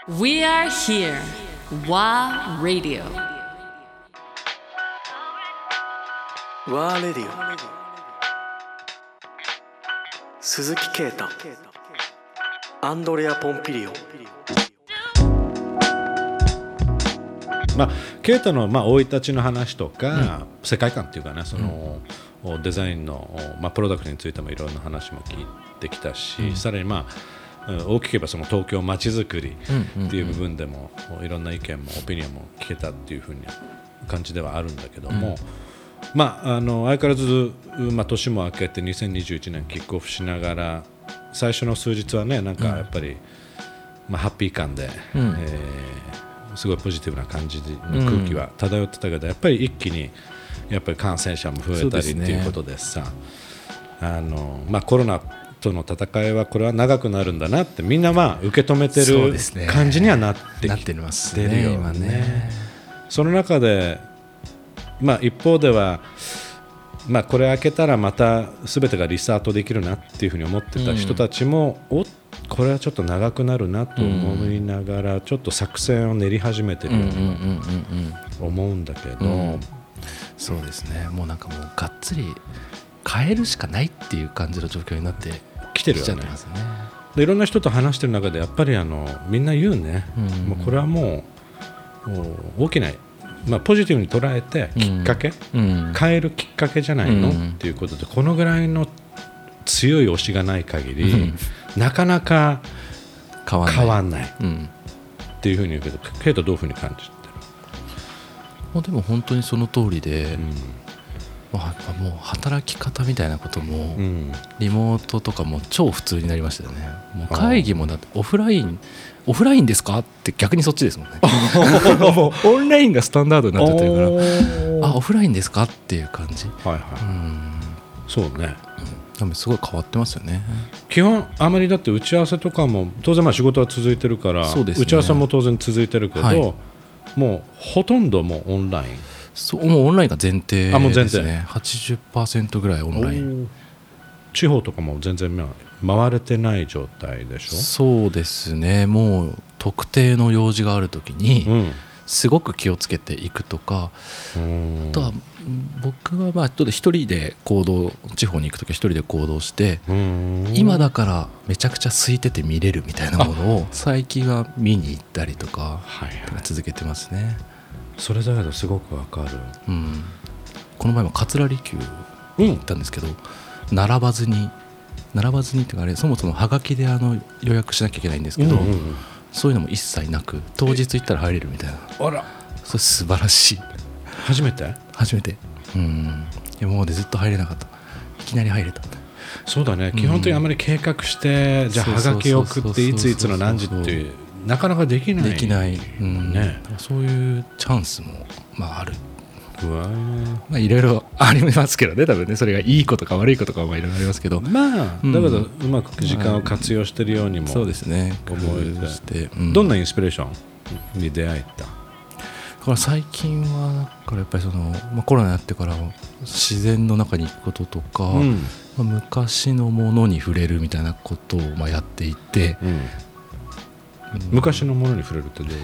We are here. WA Radio. ワーレディオ鈴木啓太アンドレア・ポンピリオ。 ケイタの生い立ちの話とか、世界観っていうかね、その、デザインの、プロダクトについてもいろんな話も聞いてきたし、さらに大きく言えばその東京まちづくりっていう部分でも、いろんな意見もオピニオンも聞けたっていう風な感じではあるんだけども、相変わらず、年も明けて2021年キックオフしながら最初の数日はね、なんかやっぱり、ハッピー感で、すごいポジティブな感じの空気は漂ってたけど、やっぱり一気にやっぱり感染者も増えたりっていうことでさ、コロナとの戦いはこれは長くなるんだなってみんな受け止めてる感じにはなってきてるよね、今ね。その中で、一方では、これ開けたらまた全てがリスタートできるなっていうふうに思ってた人たちも、これはちょっと長くなるなと思いながら、ちょっと作戦を練り始めてるように思うんだけど、 そうですね、もうなんかもうがっつり変えるしかないっていう感じの状況になってきてるよね。でいろんな人と話してる中でやっぱりみんな言うね、もうこれはもう大きな、ポジティブに捉えてきっかけ、変えるきっかけじゃないの、っていうことで、このぐらいの強い推しがない限り、なかなか変わんない、っていうふうに言うけど、ケイトどういうふうに感じてる？ でも本当にその通りで、もう働き方みたいなことも、リモートとかも超普通になりましたよね。もう会議もだってオフラインですかって逆にそっちですもんね。もうオンラインがスタンダードになっちゃってるから、オフラインですかっていう感じ。 そうね、 すごい変わってますよね。 基本あまりだって打ち合わせとかも当然仕事は続いてるから、打ち合わせも当然続いてるけど、もうほとんどもうオンライン。 もうオンラインが前提ですね。80% ぐらいオンライン。 地方とかも全然回れてない状態でしょ？ そうですね、もう特定の用事があるときにすごく気をつけていくとか、あとは僕は一人で地方に行くときは一人で行動して、今だからめちゃくちゃ空いてて見れるみたいなものを最近は見に行ったりとか続けてますね。 それだけどすごくわかる、 この前も桂離宮に行ったんですけど、並ばずにっていうか、そもそもはがきで予約しなきゃいけないんですけど、そういうのも一切なく、当日行ったら入れるみたいな。それ素晴らしい。初めて、今までずっと入れなかった。いきなり入れた。 そうだね、基本的にあまり計画して、じゃあはがきを送っていついつの何時っていうなかなかできない、 そういうチャンスもある。いろいろありますけどね、多分ね、それがいいことか悪いことかいろいろありますけど、だけどうまく時間を活用しているようにも思えて、 どんなインスピレーションに出会えた？ だから最近はやっぱりコロナになってから自然の中に行くこととか、昔のものに触れるみたいなことをやっていて、 昔のものに触れるってどういう？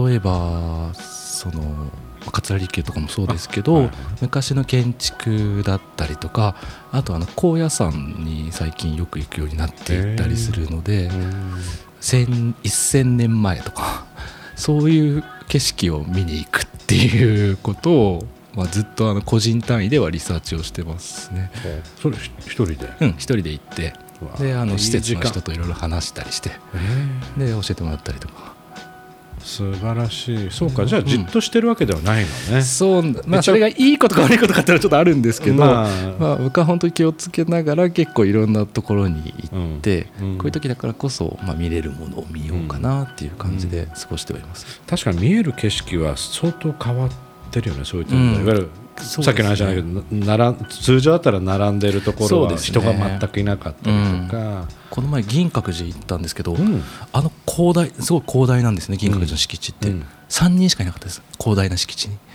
例えば桂離宮とかもそうですけど、昔の建築だったりとか、あと高野山に最近よく行くようになっていったりするので、1000年前とかそういう景色を見に行くっていうことを、ずっと個人単位ではリサーチをしてますね。 それ一人で？ 一人で行って、で施設の人といろいろ話したりして、で教えてもらったりとか。 素晴らしい。そうか、じゃあじっとしてるわけではないのね。 それがいいことか悪いことかってのはちょっとあるんですけど、僕は本当に気をつけながら結構いろんなところに行って、こういう時だからこそ、見れるものを見ようかなっていう感じで過ごしてはいます。 確かに見える景色は相当変わってるよね、そういった意味で。いわゆるさっきの話じゃないけど、通常だったら並んでるところは人が全くいなかったりとか、 この前銀閣寺行ったんですけど、すごい広大なんですね、銀閣寺の敷地って。3人しかいなかったです、広大な敷地に。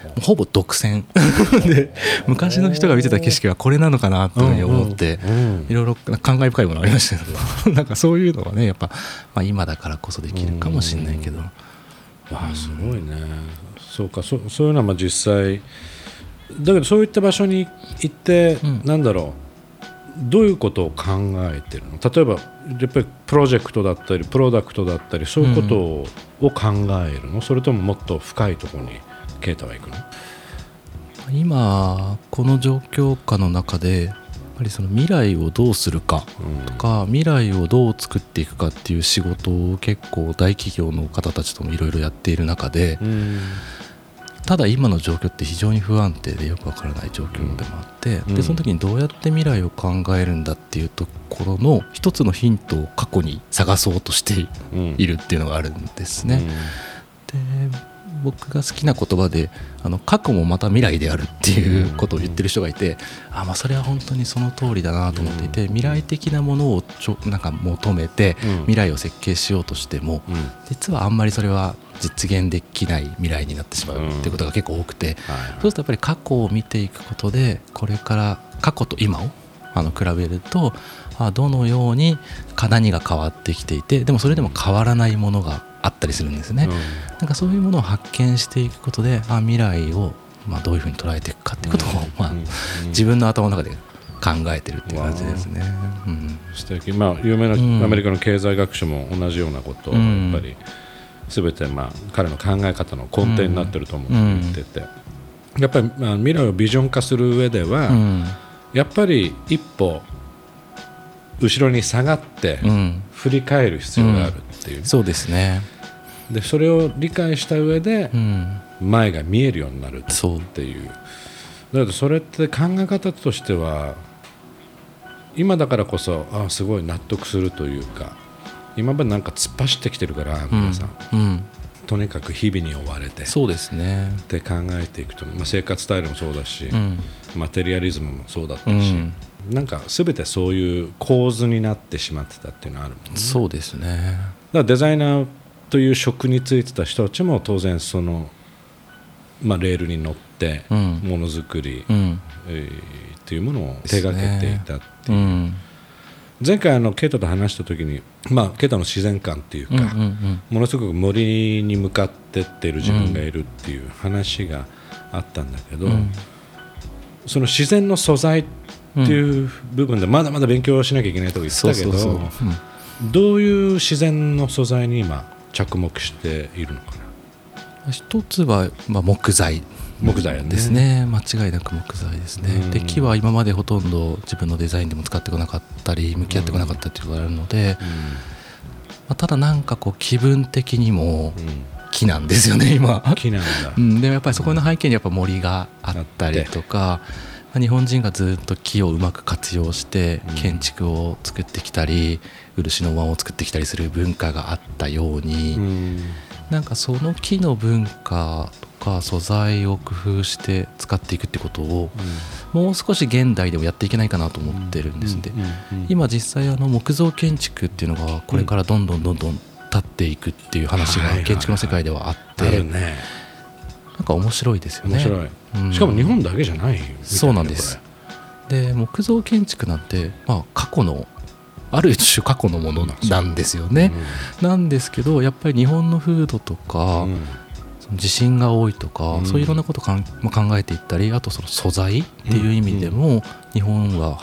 ほぼ独占で昔の人が見てた景色はこれなのかなというふうに思っていろいろ感慨深いものありましたけどなんかそういうのはねやっぱ、今だからこそできるかもしれないけど、 すごいね。そうか、そういうのは実際だけどそういった場所に行って、なんだろう、どういうことを考えてるの？例えばやっぱりプロジェクトだったりプロダクトだったりそういうことを考えるの？それとももっと深いところにケイタは行くの？ 今この状況下の中でやっぱりその未来をどうするかとか、未来をどう作っていくかっていう仕事を結構大企業の方たちともいろいろやっている中で、ただ今の状況って非常に不安定でよくわからない状況でもあって、でその時にどうやって未来を考えるんだっていうところの一つのヒントを過去に探そうとしているっていうのがあるんですね。で僕が好きな言葉で過去もまた未来であるっていうことを言ってる人がいて、それは本当にその通りだなと思っていて、未来的なものをなんか求めて未来を設計しようとしても、実はあんまりそれは実現できない未来になってしまうっていうことが結構多くて、そうするとやっぱり過去を見ていくことでこれから過去と今を比べるとどのように何が変わってきていて、でもそれでも変わらないものがあったりするんですね。なんかそういうものを発見していくことで未来をどういうふうに捉えていくかっていうことを自分の頭の中で考えてるっていう感じですね。 素敵。有名なアメリカの経済学者も同じようなことをやっぱり全て彼の考え方の根底になってると思ってて、やっぱり未来をビジョン化する上ではやっぱり一歩後ろに下がって振り返る必要があるっていう、 そうですね。 でそれを理解した上で前が見えるようになるっていう、だけどそれって考え方としては今だからこそすごい納得するというか、今までなんか突っ走ってきてるから皆さん、とにかく日々に追われてそうですねって考えていくと、生活スタイルもそうだし、マテリアリズムもそうだったし、なんか全てそういう構図になってしまってたっていうのはあるもんね。 そうですね。 だからデザイナーという職についてた人たちも当然その、レールに乗ってものづくり、というものを手がけていたっていう、前回ケイタと話した時に、ケイタの自然観っていうか、ものすごく森に向かってっている自分がいるっていう話があったんだけど、その自然の素材っていう部分でまだまだ勉強しなきゃいけないと言ってたけど、どういう自然の素材に今着目しているのかな。 一つは木材ですね。間違いなく木材ですね。で木は今までほとんど自分のデザインでも使ってこなかったり向き合ってこなかったっていうのがあるので、ただなんか気分的にも木なんですよね今。 木なんだ。 でもやっぱりそこの背景にやっぱ森があったりとか、日本人がずっと木をうまく活用して建築を作ってきたり、漆の輪を作ってきたりする文化があったように、なんかその木の文化とか素材を工夫して使っていくってことをもう少し現代でもやっていけないかなと思ってるんです。で今実際木造建築っていうのがこれからどんどん立っていくっていう話が建築の世界ではあって、なんか面白いですよね。 面白い。しかも日本だけじゃないみたいな。 そうなんです。で木造建築なんて過去のある種過去のものなんですよね。なんですけどやっぱり日本の風土とか、地震が多いとか、そういういろんなことを考えていったり、あとその素材っていう意味でも、日本は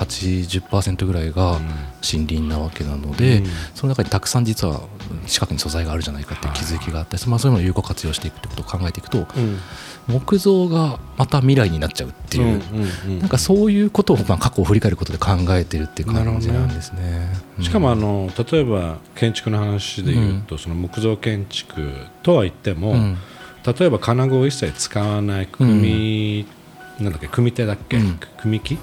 80% ぐらいが森林なわけなので、その中にたくさん実は近くに素材があるじゃないかっていう気づきがあって、そういうのを有効活用していくってことを考えていくと、木造がまた未来になっちゃうっていう、なんかそういうことを過去を振り返ることで考えているっていう感じなんですね。 しかも例えば建築の話でいうと、その木造建築とは言っても、例えば金具を一切使わない組手だっけ、組木、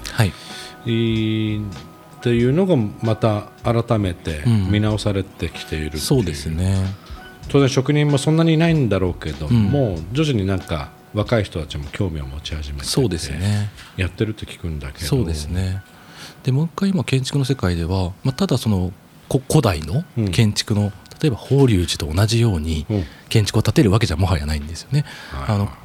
っていうのがまた改めて見直されてきているっていう、 そうですね。 当然職人もそんなにいないんだろうけど、もう徐々になんか若い人たちも興味を持ち始めて、 そうですね、 やってるって聞くんだけど。 そうですね。でもう一回今建築の世界では、ただその古代の建築の、例えば法隆寺と同じように建築を建てるわけじゃもはやないんですよね。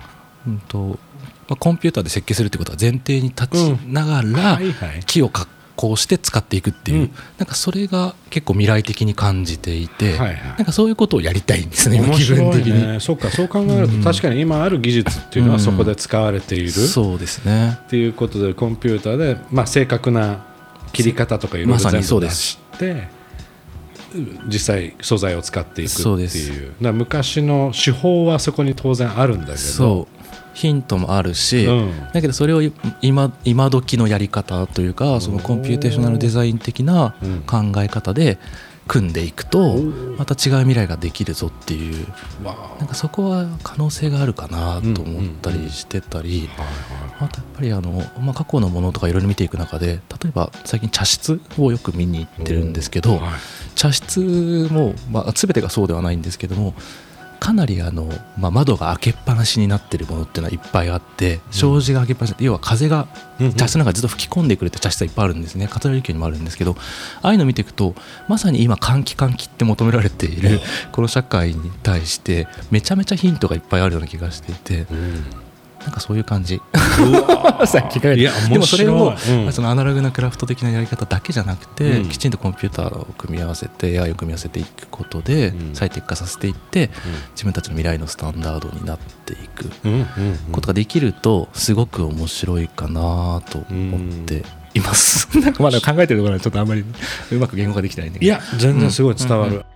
コンピューターで設計するってことは前提に立ちながら、 はいはい、 木を加工して使っていくっていう、なんかそれが結構未来的に感じていて、はいはい、なんかそういうことをやりたいんですね、 面白いね、 気分的に。 そうか、そう考えると確かに今ある技術っていうのはそこで使われている、 そうですねっていうことで、コンピューターで、正確な切り方とかいろいろ全部出して、実際素材を使っていくっていう。だから昔の手法はそこに当然あるんだけど、 そうヒントもあるし、だけどそれを今時のやり方というか、そのコンピューテーショナルデザイン的な考え方で組んでいくとまた違う未来ができるぞっていう、なんかそこは可能性があるかなと思ったりしてたり、あとやっぱり過去のものとかいろいろ見ていく中で、例えば最近茶室をよく見に行ってるんですけど、茶室も、全てがそうではないんですけども、かなり窓が開けっぱなしになっているものっていうのはいっぱいあって、障子が開けっぱなしで、要は風が茶室の中にずっと吹き込んでくれて茶室はいっぱいあるんですね。桂離宮にもあるんですけど、ああいうのを見ていくとまさに今換気って求められているこの社会に対してめちゃめちゃヒントがいっぱいあるような気がしていて、なんかそういう感じさっきからでもそれを、そのアナログなクラフト的なやり方だけじゃなくて、きちんとコンピューターを組み合わせて AI を組み合わせていくことで最適化させていって、自分たちの未来のスタンダードになっていくことができるとすごく面白いかなと思っています。なんかまだ考えてるところはちょっとあんまりうまく言語化できてないんだけど、 いや全然すごい伝わる。